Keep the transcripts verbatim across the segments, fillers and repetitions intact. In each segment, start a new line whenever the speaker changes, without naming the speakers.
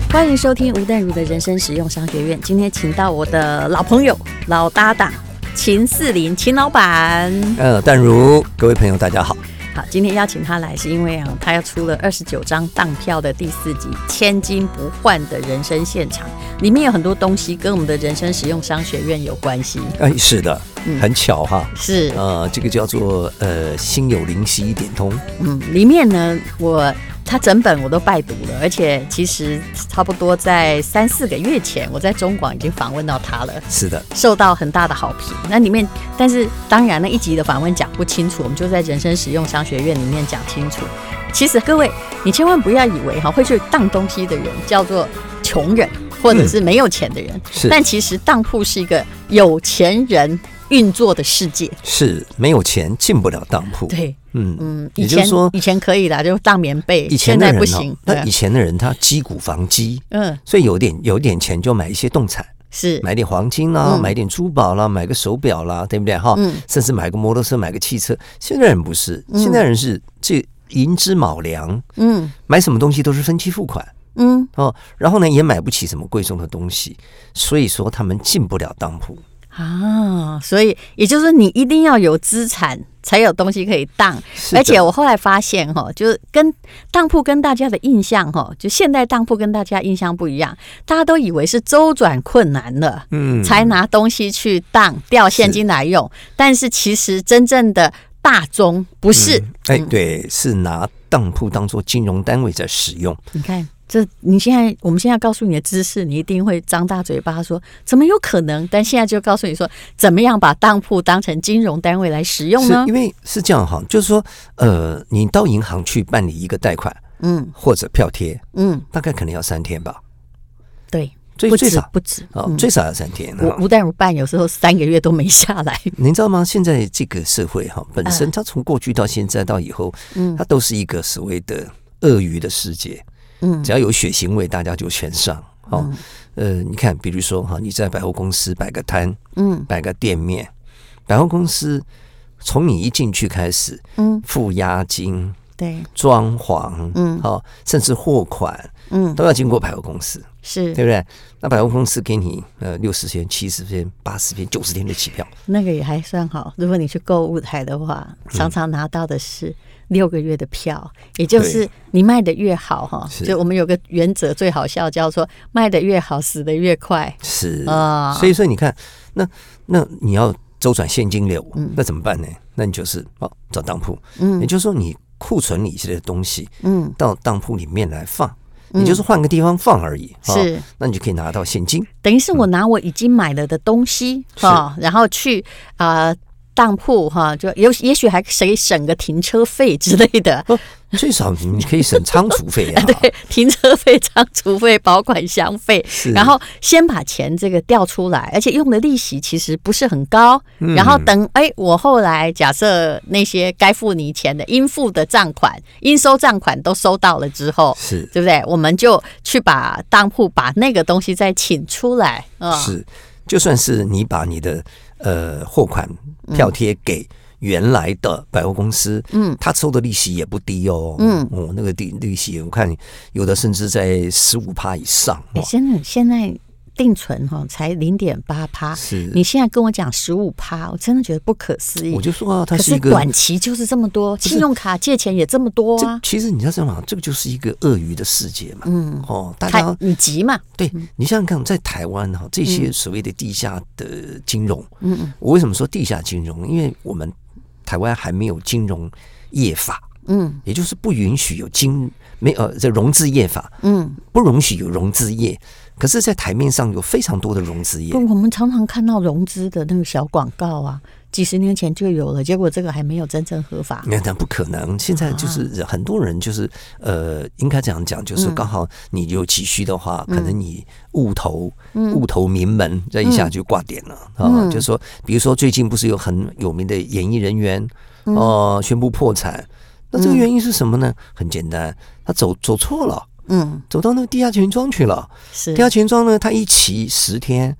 欢迎收听吴淡如的人生实用商学院。今天请到我的老朋友、老搭档秦四林秦老板。
呃，淡如，各位朋友，大家好。
好，今天邀请他来是因为啊，他要出了二十九张当票的第四集《千金不换的人生现场》，里面有很多东西跟我们的人生实用商学院有关系。
哎，是的，嗯、很巧哈。
是，
呃，这个叫做呃心有灵犀一点通。
嗯，里面呢，我。他整本我都拜读了，而且其实差不多在三四个月前，我在中广已经访问到他了。
是的，
受到很大的好评。那里面，但是当然那一集的访问讲不清楚，我们就在人生实用商学院里面讲清楚。其实各位，你千万不要以为哈会去当东西的人叫做穷人，或者是没有钱的人。嗯、是，但其实当铺是一个有钱人运作的世界，
是没有钱进不了当铺。
对。嗯嗯，以
前说
以前可以啦，就当棉被，
以前的人
现在不行。
那以前的人他积谷防饥，
嗯，
所以有点有点钱就买一些动产，
是
买点黄金啦，嗯、买点珠宝啦，买个手表啦，对不对哈？嗯，甚至买个摩托车，买个汽车。现在人不是，嗯、现在人是这银枝卯粮，嗯，买什么东西都是分期付款，嗯哦，然后呢也买不起什么贵重的东西，所以说他们进不了当铺。
啊，所以也就是说，你一定要有资产，才有东西可以当。而且我后来发现，哈，就是跟当铺跟大家的印象，哈，就现代当铺跟大家印象不一样，大家都以为是周转困难了，嗯，才拿东西去当，调现金来用。但是其实真正的大宗不是，
哎、嗯欸，对，是拿当铺当作金融单位在使用。
你看。这你现在，我们现在告诉你的知识，你一定会张大嘴巴说怎么有可能？但现在就告诉你说，怎么样把当铺当成金融单位来使用呢？
因为是这样哈，就是说，呃，你到银行去办理一个贷款，嗯，或者票贴，嗯，大概可能要三天吧。
对，
最最少
不止
啊、嗯，最少要三天。
我吴淡如办有时候三个月都没下来。
您知道吗？现在这个社会哈，本身它从过去到现在到以后，嗯，它都是一个所谓的鳄鱼的世界。嗯，只要有血腥味，大家就全上。哦，嗯、呃，你看，比如说哈，你在百货公司摆个摊，嗯，摆个店面，百货公司从你一进去开始，嗯，付押金，
对，
装潢，嗯，好、哦，甚至货款，嗯，都要经过百货公司，
是
对不对？那百货公司给你呃六十天、七十天、八十天、九十天的起票，
那个也还算好。如果你去购物台的话，常常拿到的是。六个月的票，也就是你卖的越好哈，就我们有个原则最好笑，叫做卖的越好，死的越快。
是啊、哦，所以说你看，那那你要周转现金流，嗯、那怎么办呢？那你就是哦找当铺，嗯，也就是说你库存里一些的东西，嗯，到当铺里面来放，你就是换个地方放而已，嗯哦、是，那你就可以拿到现金。
等于是我拿我已经买了的东西哈、嗯，然后去啊。呃当铺哈，就有也许还可以省个停车费之类的，
哦、最少你可以省仓储费啊，
对，停车费、仓储费、保管箱费，然后先把钱这个调出来，而且用的利息其实不是很高，嗯、然后等哎，我后来假设那些该付你钱的应付的账款、应收账款都收到了之后，
是
对不对？我们就去把当铺把那个东西再请出来，
嗯、是，就算是你把你的呃货款。票贴给原来的百货公司，嗯，他收的利息也不低哦，嗯，哦，那个利利息我看有的甚至在十五趴以上。
哎、欸，现在现在定存哈才零点八趴，是你现在跟我讲十五趴，我真的觉得不可思议。
我就说啊，它是一个
可是短期就是这么多，信用卡借钱也这么多啊。
其实你要这样讲，这个就是一个鳄鱼的世界嘛，嗯，哦，大家
你急嘛？
对，你想想看，在台湾哈，这些所谓的地下的金融，嗯嗯，我为什么说地下金融？因为我们台湾还没有金融业法，嗯，也就是不允许有金没呃这融资业法，嗯，不容许有融资业。可是，在台面上有非常多的融资业，
我们常常看到融资的那个小广告啊，几十年前就有了，结果这个还没有真正合法。
那那不可能，现在就是很多人就是呃，应该这样讲，就是刚好你有急需的话，嗯、可能你误投、嗯、误投名门，这一下就挂点了啊、嗯哦。就是说，比如说最近不是有很有名的演艺人员哦、呃、宣布破产，那这个原因是什么呢？很简单，他走走错了。嗯，走到那个地下钱庄去了。是地下钱庄呢，他一期十天，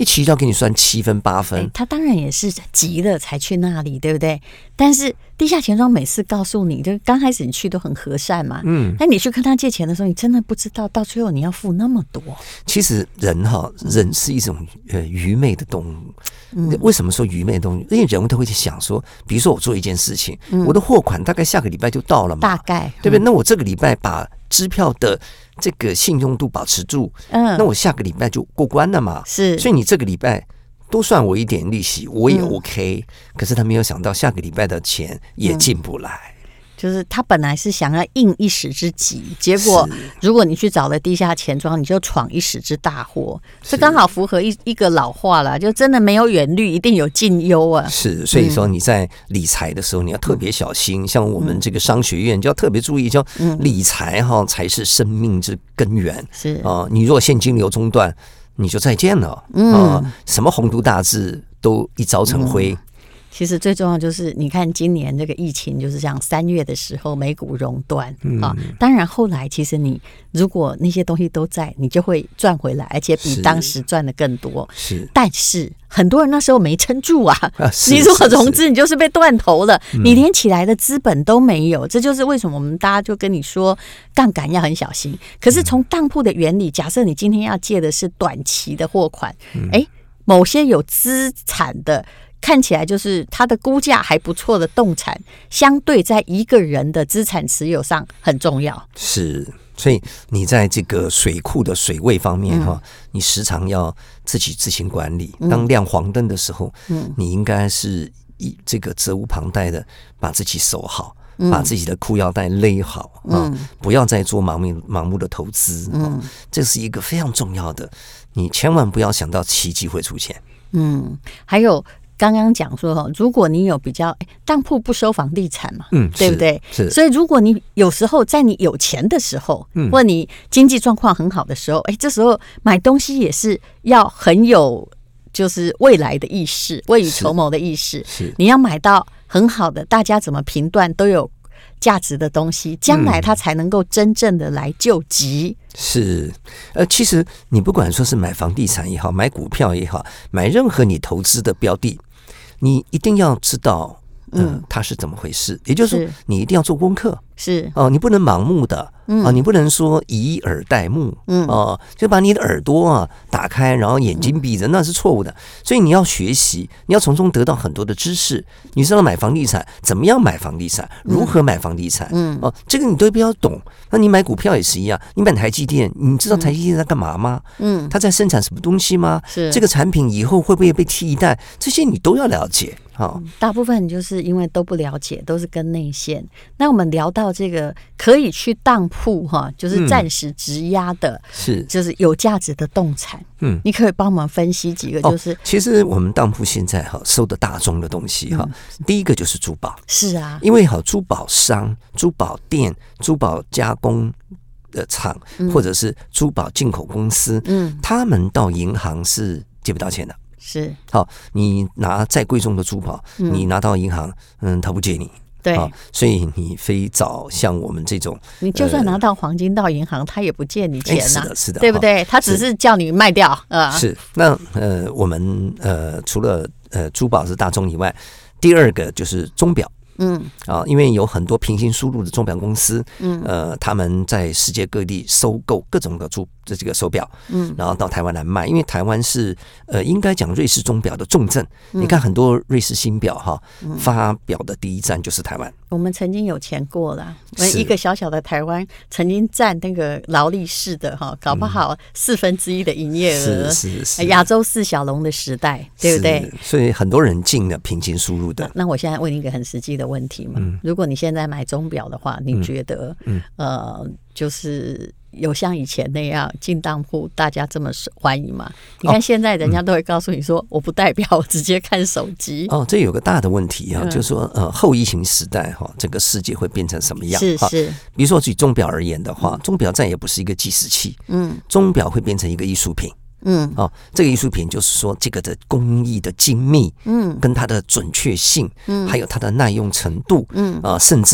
一期要给你算七分八分。
他当然也是急了才去那里，对不对？但是地下钱庄每次告诉你，就刚开始你去都很和善嘛，嗯，但你去跟他借钱的时候，你真的不知道到最后你要付那么多。
其实人哈，人是一种呃愚昧的动物。嗯、为什么说愚昧的动物？因为人都会去想说，比如说我做一件事情，嗯、我的货款大概下个礼拜就到了嘛，
大概
对不对？那我这个礼拜把支票的这个信用度保持住，嗯，那我下个礼拜就过关了嘛。
是，
所以你这个礼拜多算我一点利息，我也 OK、嗯。可是他没有想到下个礼拜的钱也进不来。嗯，
就是他本来是想要应一时之急，结果如果你去找了地下钱庄，你就闯一时之大祸。这刚好符合一一个老话啦，就真的没有远虑，一定有近忧啊。
是，所以说你在理财的时候，你要特别小心。嗯、像我们这个商学院就要特别注意，叫理财哈才是生命之根源。是啊、呃，你若现金流中断，你就再见了。嗯、呃，什么宏图大志都一朝成灰。嗯，
其实最重要就是，你看今年这个疫情就是这样，三月的时候美股熔断啊，当然后来其实你如果那些东西都在，你就会赚回来，而且比当时赚的更多。
是，
但是很多人那时候没撑住啊，啊你如果融资，你就是被断头了，你连起来的资本都没有。这就是为什么我们大家就跟你说，杠杆要很小心。可是从当铺的原理，假设你今天要借的是短期的货款，哎，某些有资产的。看起来就是它的估价还不错的动产，相对在一个人的资产持有上很重要。
是，所以你在这个水库的水位方面哈、嗯，你时常要自己自行管理。当亮黄灯的时候，嗯，你应该是以这个责无旁贷的把自己守好。把自己的裤腰带勒好啊、嗯！不要再做盲目盲目的投资、嗯、这是一个非常重要的。你千万不要想到奇迹会出现。嗯，
还有刚刚讲说，如果你有比较当铺不收房地产嘛，嗯，对不对？是。所以如果你有时候在你有钱的时候，嗯，或你经济状况很好的时候，哎，这时候买东西也是要很有就是未来的意识，未雨绸缪的意识。是，你要买到很好的，大家怎么评断都有价值的东西，将来它才能够真正的来救急。
嗯、是，呃，其实你不管说是买房地产也好，买股票也好，买任何你投资的标的，你一定要知道，呃、嗯，它是怎么回事。也就是说，你一定要做功课。是哦，你不能盲目的。啊，你不能说以耳代目，嗯哦、啊，就把你的耳朵啊打开，然后眼睛闭着，那是错误的。所以你要学习，你要从中得到很多的知识。你知道买房地产怎么样买房地产，如何买房地产，嗯哦、啊，这个你都比较懂。那你买股票也是一样，你买台积电，你知道台积电在干嘛吗？嗯，它在生产什么东西吗？是这个产品以后会不会被替代？这些你都要了解。好，
大部分就是因为都不了解，都是跟内线。那我们聊到这个可以去当铺哈，就是暂时质押的，嗯、是就是有价值的动产。嗯，你可以帮我们分析几个？就是、哦、
其实我们当铺现在哈收的大宗的东西哈、嗯，第一个就是珠宝。
是啊，
因为好珠宝商、珠宝店、珠宝加工的厂、嗯、或者是珠宝进口公司，嗯，他们到银行是借不到钱的。是，好，你拿再贵重的珠宝，嗯、你拿到银行，嗯，他不借你。对，所以你非找像我们这种，
你就算拿到黄金到银行，呃、他也不借你钱呐、啊欸，是的，是的，对不对？他只是叫你卖掉啊。
是，那呃，我们呃，除了呃珠宝是大宗以外，第二个就是钟表。嗯啊，因为有很多平行输入的钟表公司，嗯，呃，他们在世界各地收购各种的珠这这个手表，嗯，然后到台湾来卖，因为台湾是呃，应该讲瑞士钟表的重镇。嗯、你看很多瑞士新表哈，发表的第一站就是台湾。
我们曾经有钱过了，我们一个小小的台湾曾经占那个劳力士的哈，搞不好四分之一的营业额，是是是，亚洲四小龙的时代，对不对？
所以很多人进了平行输入的。
那, 那我现在问你一个很实际的问题嘛，嗯、如果你现在买钟表的话，你觉得、嗯嗯、呃，就是有像以前那样进当铺大家这么欢迎吗？你看现在人家都会告诉你说，哦、我不代表我直接看手机。
哦，这有个大的问题啊，嗯、就是说呃，后疫情时代哈，这个世界会变成什么样？是是。比如说举钟表而言的话，钟表再也不是一个计时器，嗯，钟表会变成一个艺术品。嗯，哦，这个艺术品就是说这个的工艺的精密，嗯，跟它的准确性，嗯，还有它的耐用程度，嗯，啊、呃，甚至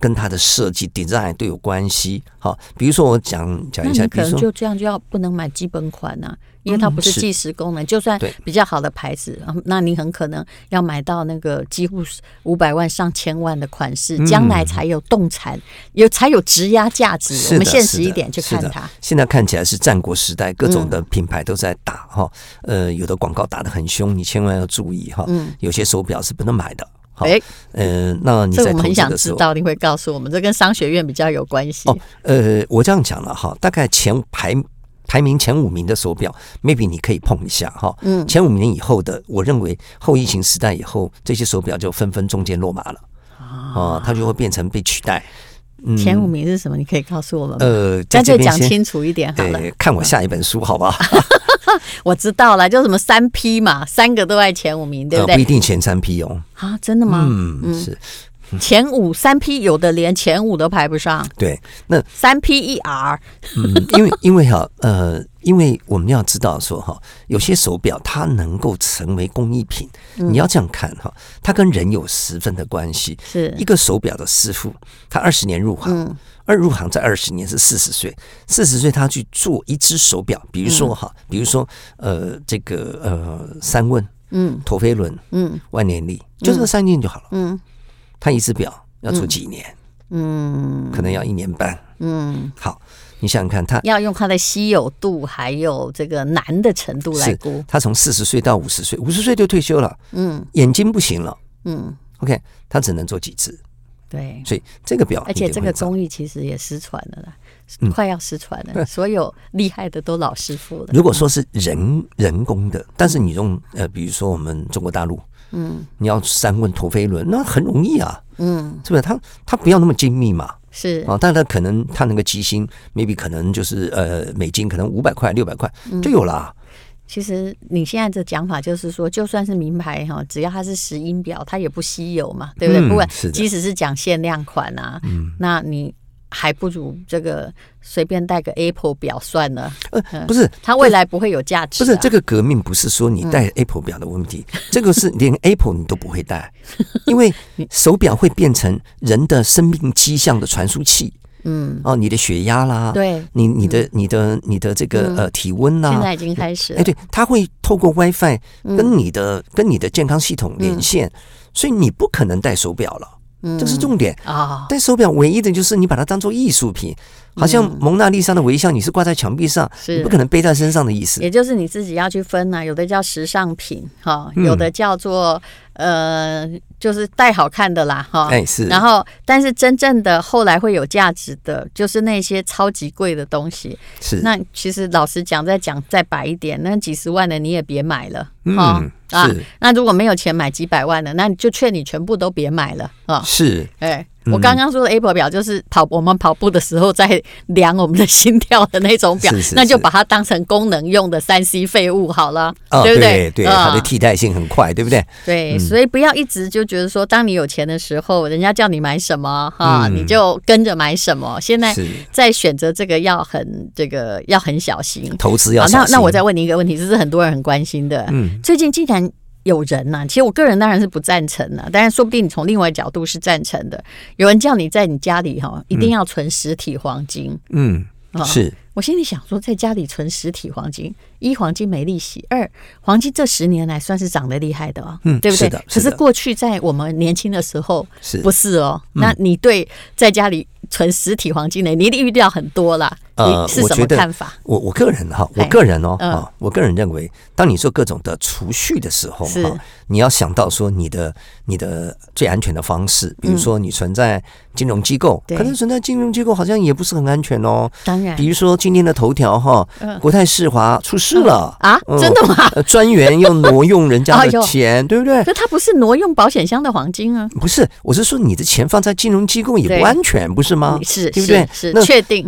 跟它的设计 design 都有关系。好，比如说我讲讲一下，
比如说就这样就要不能买基本款啊，因为它不是计时功能，嗯、就算比较好的牌子，那你很可能要买到那个几乎五百万上千万的款式，嗯、将来才有动产，有才有质押价值。我们现实一点去看它，
现在看起来是战国时代，各种的品牌都在打哈、嗯，呃，有的广告打得很凶，你千万要注意哈。嗯、有些手表是不能买的。好，
欸、
呃，那你在投资的时候，这我们很想
知道，你会告诉我们，这跟商学院比较有关系。
哦，呃，我这样讲了哈，大概前排排名前五名的手表 ，maybe 你可以碰一下哈。嗯，前五名以后的，我认为后疫情时代以后，这些手表就纷纷中间落马了啊、呃，它就会变成被取代。
嗯、前五名是什么？你可以告诉我们吗？
呃，
干脆讲清楚一点好了。
呃、看我下一本书好不好？
我知道了，就什么三 P 嘛，三个都在前五名，对不对？
呃、不一定前三 P 哦。
啊，真的吗？
嗯，嗯是。
前五三 P 有的连前五都排不上。
对，那
三 P 一 R。
嗯，因为因为哈呃，因为我们要知道说哈，有些手表它能够成为工艺品，嗯、你要这样看哈，它跟人有十分的关系。
是
一个手表的师傅，他二十年入行。嗯而入行在二十年是四十岁，四十岁他去做一只手表，比如说哈，比如说呃这个呃三问，嗯，陀飞轮，嗯，万年历，就这三件就好了，嗯，他一只表要做几年，嗯，可能要一年半，嗯，好，你想想看，他
要用它的稀有度还有这个难的程度来估，
他从四十岁到五十岁，五十岁就退休了，嗯，眼睛不行了，嗯 ，OK， 他只能做几只。
对，
所以这个表，
而且这个工艺其实也失传了啦，嗯、快要失传了。嗯、所有厉害的都老师傅了。
如果说是人人工的，但是你用呃，比如说我们中国大陆，嗯，你要三问陀飞轮，那很容易啊，嗯，是不是？它它不要那么精密嘛，
是
啊，但它可能它那个机芯 ，maybe 可能就是呃美金可能五百块六百块就有了、啊。嗯
其实你现在的讲法就是说，就算是名牌哈，只要它是石英表，它也不稀有嘛，对不对？嗯、不管即使是讲限量款啊，嗯、那你还不如这个随便带个 Apple 表算了。
呃，不是，
它未来不会有价值、啊。
不是这个革命，不是说你带 Apple 表的问题，嗯、这个是连 Apple 你都不会带，因为手表会变成人的生命迹象的传输器。嗯，哦，你的血压啦，
对，
你你的、嗯、你的你的这个、嗯、呃体温啦，
现在已经开始了。
哎，对，它会透过 WiFi 跟你的、嗯、跟你的健康系统连线，嗯、所以你不可能戴手表了。嗯，这是重点啊！戴手表唯一的就是你把它当做艺术品，好像蒙娜丽莎的微笑，你是挂在墙壁上，你不可能背在身上的意思。
也就是你自己要去分啊，有的叫时尚品哈，有的叫做、嗯、呃，就是戴好看的啦哈。
哎，是。
然后，但是真正的后来会有价值的，就是那些超级贵的东西。
是。
那其实老实讲，再讲再白一点，那几十万的你也别买了。
嗯，
啊，
是。
那如果没有钱买几百万的，那你就劝你全部都别买了啊。
是。
哎。我刚刚说的 Apple 表就是跑我们跑步的时候在量我们的心跳的那种表，
是是是，
那就把它当成功能用的三 C 废物好了，
哦、
对不对？
对对，它的替代性很快，对不对？
对，嗯、所以不要一直就觉得说，当你有钱的时候，人家叫你买什么哈，嗯、你就跟着买什么。现在在选择这个要很这个要很小心，
投资要小心。
那那我再问你一个问题，这是很多人很关心的，嗯，最近竟然有人呐、啊，其实我个人当然是不赞成的、啊，但是说不定你从另外角度是赞成的。有人叫你在你家里哈，一定要存实体黄金。
嗯，哦、是。
我心里想说，在家里存实体黄金，一黄金没利息，二黄金这十年来算是涨得厉害的哦，嗯，对不对？
是的。
可是过去在我们年轻的时候，
是
不是哦？
嗯、
那你对在家里存实体黄金的，你一定遇到很多啦。
呃，
你是什么看法？
我我个人哈，我个人哦，嗯、啊，我个人认为，当你做各种的储蓄的时候哈，你要想到说你的你的最安全的方式，比如说你存在金融机构，嗯、可是存在金融机构好像也不是很安全哦。
当然，
比如说今天的头条哈，嗯、国泰世华出事了、
嗯、啊，嗯、真的吗？
专员要挪用人家的钱，哎、对不对？
可他不是挪用保险箱的黄金啊？
不是，我是说你的钱放在金融机构也不安全，不是吗？
是，
对不对？
是确定。
那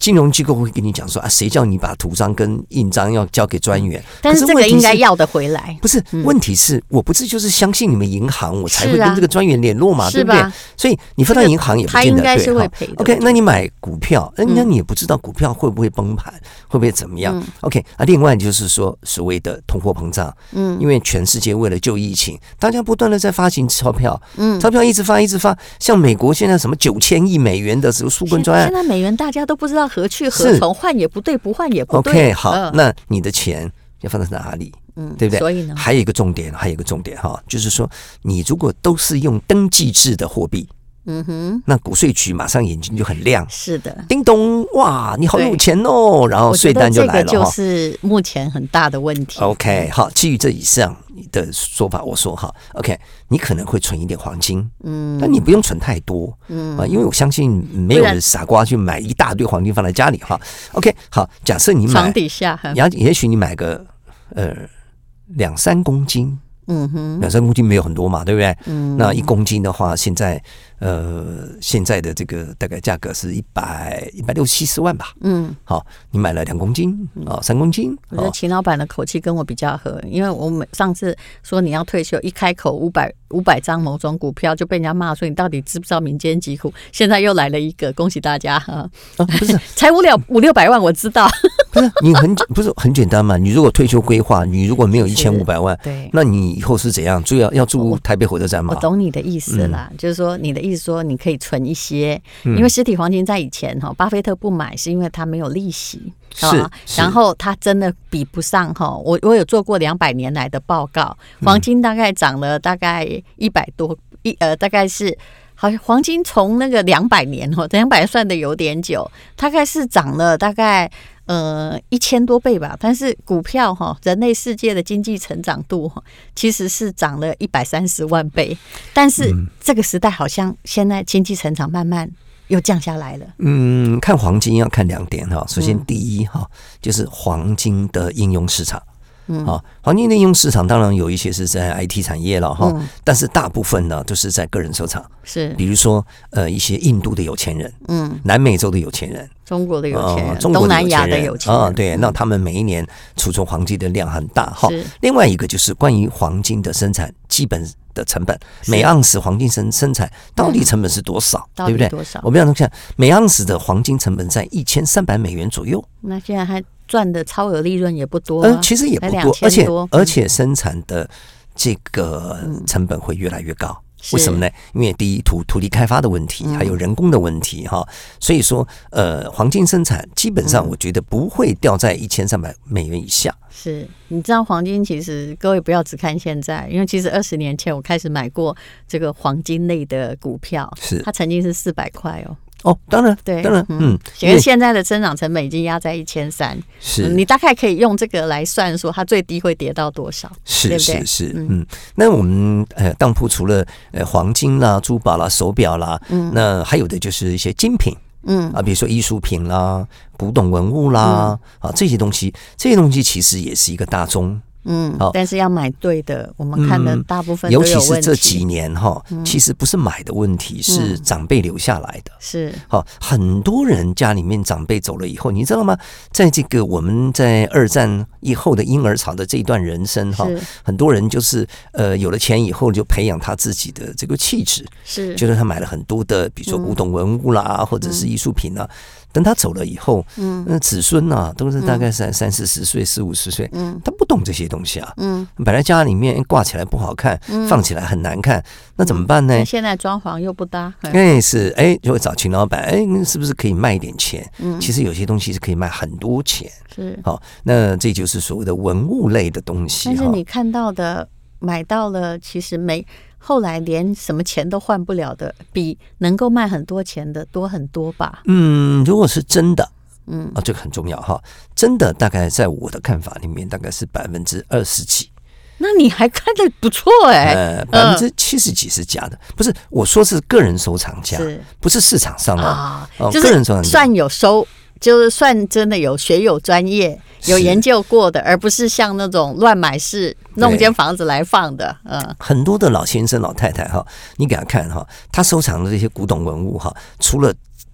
金融机构会跟你讲说啊，谁叫你把图章跟印章要交给专员？
但是这个应该要得回来。
不是，问题是我不是就是相信你们银行，我才会跟这个专员联络嘛，对不对？所以你放到银行也不见得对。他应该
是会赔的。
OK， 那你买股票，那你也不知道股票会不会崩盘，会不会怎么样 ？OK， 啊，另外就是说所谓的通货膨胀，嗯，因为全世界为了救疫情，大家不断的在发行钞票，嗯，钞票一直发一直发，像美国现在什么九千亿美元的什么纾困专案，
现在美元大家都不知道何去何从，换也不对，不换也不对。
OK， 好，嗯、那你的钱要放在哪里？嗯，对不对？
所以呢，
还有一个重点，还有一个重点哈，就是说，你如果都是用登记制的货币。嗯哼，那国税局马上眼睛就很亮，
是的，
叮咚，哇，你好有钱哦，然后税单就来了，
这个就是目前很大的问题。
OK， 好，基于这以上的说法，我说哈 ，OK， 你可能会存一点黄金，嗯，但你不用存太多，嗯啊，因为我相信没有傻瓜去买一大堆黄金放在家里哈。OK， 好，假设你买
床底下，
也也许你买个呃两三公斤。嗯哼，两三公斤没有很多嘛，对不对？嗯，那一公斤的话，现在呃，现在的这个大概价格是一百一百六七十万吧。嗯，好，你买了两公斤啊，三公斤。
我觉得秦老板的口气跟我比较合，因为我们上次说你要退休，一开口五百五百张某种股票就被人家骂说你到底知不知道民间疾苦？现在又来了一个，恭喜大家哈！
啊，不是，
才五六五六百万，我知道。
不是你很不是很简单嘛？你如果退休规划，你如果没有一千五百万，
对，
那你以后是怎样？住要要住台北火车站吗？
我懂你的意思啦，嗯、就是说你的意思说你可以存一些，嗯、因为实体黄金在以前哈，巴菲特不买是因为它没有利息，
是，
然后它真的比不上哈。我我有做过两百年来的报告，黄金大概涨了大概一百多一呃，大概是。好像黄金从那个两百年哦，两百算的有点久，大概是涨了大概呃一千多倍吧。但是股票哈，人类世界的经济成长度哈，其实是涨了一百三十万倍。但是这个时代好像现在经济成长慢慢又降下来了。
嗯，看黄金要看两点哈。首先第一哈，就是黄金的应用市场。嗯，好，黄金的应用市场当然有一些是在 I T 产业了哈，嗯、但是大部分呢都是在个人收藏，
是，
比如说呃一些印度的有钱人，嗯，南美洲的有钱人，
中国的有钱人，呃、中国的有钱人，东南亚的有钱人啊、呃，
对，那他们每一年储存黄金的量很大哈。另外一个就是关于黄金的生产基本的成本，每盎司黄金生生产到底成本是多少，嗯、对不对？
多少？
我们要看每盎司的黄金成本在一千三百美元左右。
那现在还赚的超额利润也不多、啊，
嗯，其实也不多，而且而且生产的这个成本会越来越高。嗯、为什么呢？因为第一土土地开发的问题，还有人工的问题哈，所以说呃，黄金生产基本上我觉得不会掉在一千三百美元以下。
是，你知道黄金其实各位不要只看现在，因为其实二十年前我开始买过这个黄金类的股票，
是
它曾经是四百块哦。
哦，当然，
对，
当然，嗯，
因为现在的增长成本已经压在一千三，
是、嗯，
你大概可以用这个来算，说它最低会跌到多少，
是，
对不对？
是是，嗯，嗯那我们呃当铺除了呃黄金啦、珠宝啦、手表啦，嗯，那还有的就是一些精品。嗯啊，比如说艺术品啦、古董文物啦，嗯、啊这些东西，这些东西其实也是一个大宗。
嗯，好，但是要买对的，我们看的大部分都有问题、
嗯、尤其是这几年哈，嗯、其实不是买的问题，是长辈留下来的。
是，
好，很多人家里面长辈走了以后，你知道吗？在这个我们在二战以后的婴儿潮的这一段人生哈，很多人就是呃有了钱以后就培养他自己的这个气质，
是，
就是他买了很多的，比如说古董文物啦，嗯、或者是艺术品啊。等他走了以后，嗯，那子孙啊，都是大概三三四十岁、四五十岁，嗯，他不懂这些东西啊，嗯，摆在家里面挂起来不好看，嗯、放起来很难看，那怎么办呢？
嗯、现在装潢又不搭，
哎，是，哎，就会找秦老板，哎，那是不是可以卖一点钱？嗯，其实有些东西是可以卖很多钱，
是，
好，那这就是所谓的文物类的东西。
但是你看到的、买到了，其实没。后来连什么钱都换不了的，比能够卖很多钱的多很多吧？
嗯，如果是真的，嗯啊，这个很重要哈。真的大概在我的看法里面，大概是百分之二十几。
那你还看得不错哎、欸，
呃，百分之七十几是假的，不是我说是个人收藏家，不是市场上啊，
哦、就是
个人收藏家
算有收。就是算真的有学有专业有研究过的，而不是像那种乱买式弄间房子来放的。嗯，
很多的老先生老太太哈，你给他看哈，他收藏的这些古董文物哈，除了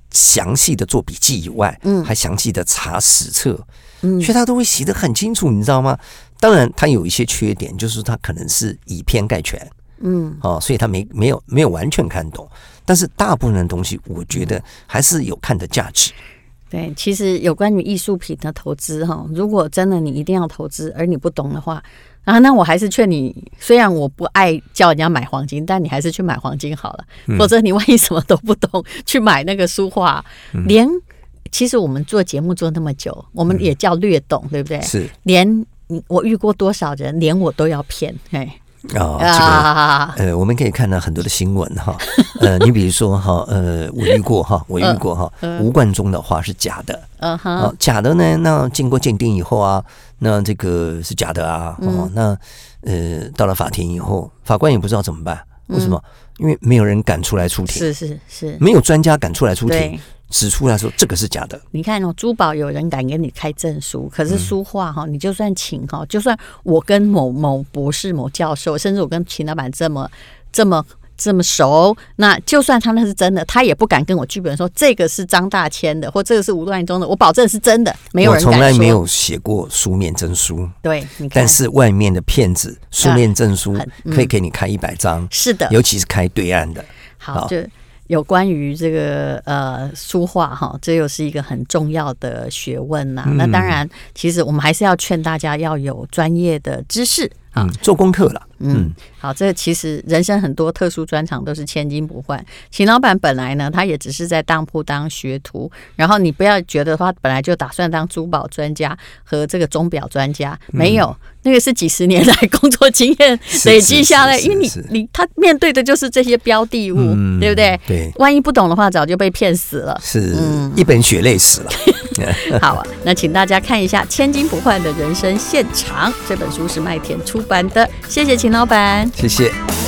详细的做笔记以外，嗯，还详细的查史册，嗯，所以他都会写得很清楚，你知道吗？当然，他有一些缺点，就是他可能是以偏概全，嗯，哦，所以他没没有没有完全看懂。但是大部分的东西，我觉得还是有看的价值。
对，其实有关于艺术品的投资哈，如果真的你一定要投资，而你不懂的话，啊，那我还是劝你，虽然我不爱叫人家买黄金，但你还是去买黄金好了，嗯、否则你万一什么都不懂，去买那个书画，嗯、连其实我们做节目做那么久，我们也叫略懂，嗯、对不对？
是，
连我遇过多少人，连我都要骗，嘿。
哦，这个呃，我们可以看到很多的新闻哈，呃，你比如说哈，呃，我遇过哈，我遇过哈，吴冠中的画是假的，嗯哼，假的呢，那经过鉴定以后啊，那这个是假的啊，哦，那呃，到了法庭以后，法官也不知道怎么办，为什么？因为没有人敢出来出庭，
是是是，
没有专家敢出来出庭。指出来说这个是假的。
你看哦，珠宝有人敢给你开证书，可是书画哈，你就算请哈，就算我跟某某博士、某教授，甚至我跟秦老板这么这么这么熟，那就算他那是真的，他也不敢跟我剧本说这个是张大千的，或这个是吴段中的，我保证是真的，没有人敢说。
我从来没有写过书面证书，
对，你看，
但是外面的骗子书面证书可以给你开一百张，
是的，
尤其是开对岸的。
好，就。有关于这个呃书画哈，这又是一个很重要的学问呐、啊。嗯、那当然，其实我们还是要劝大家要有专业的知识啊、
嗯，做功课了。
嗯，好，这其实人生很多特殊专长都是千金不换。秦老板本来呢，他也只是在当铺当学徒，然后你不要觉得他本来就打算当珠宝专家和这个钟表专家，没有，嗯、那个是几十年来工作经验累积下来，因为你你他面对的就是这些标的物，嗯、对不对？
对，
万一不懂的话，早就被骗死了，
是、嗯、一本血泪史了。
好啊，那请大家看一下《千金不换的人生现场》这本书是麦田出版的，谢谢秦老板，
谢谢。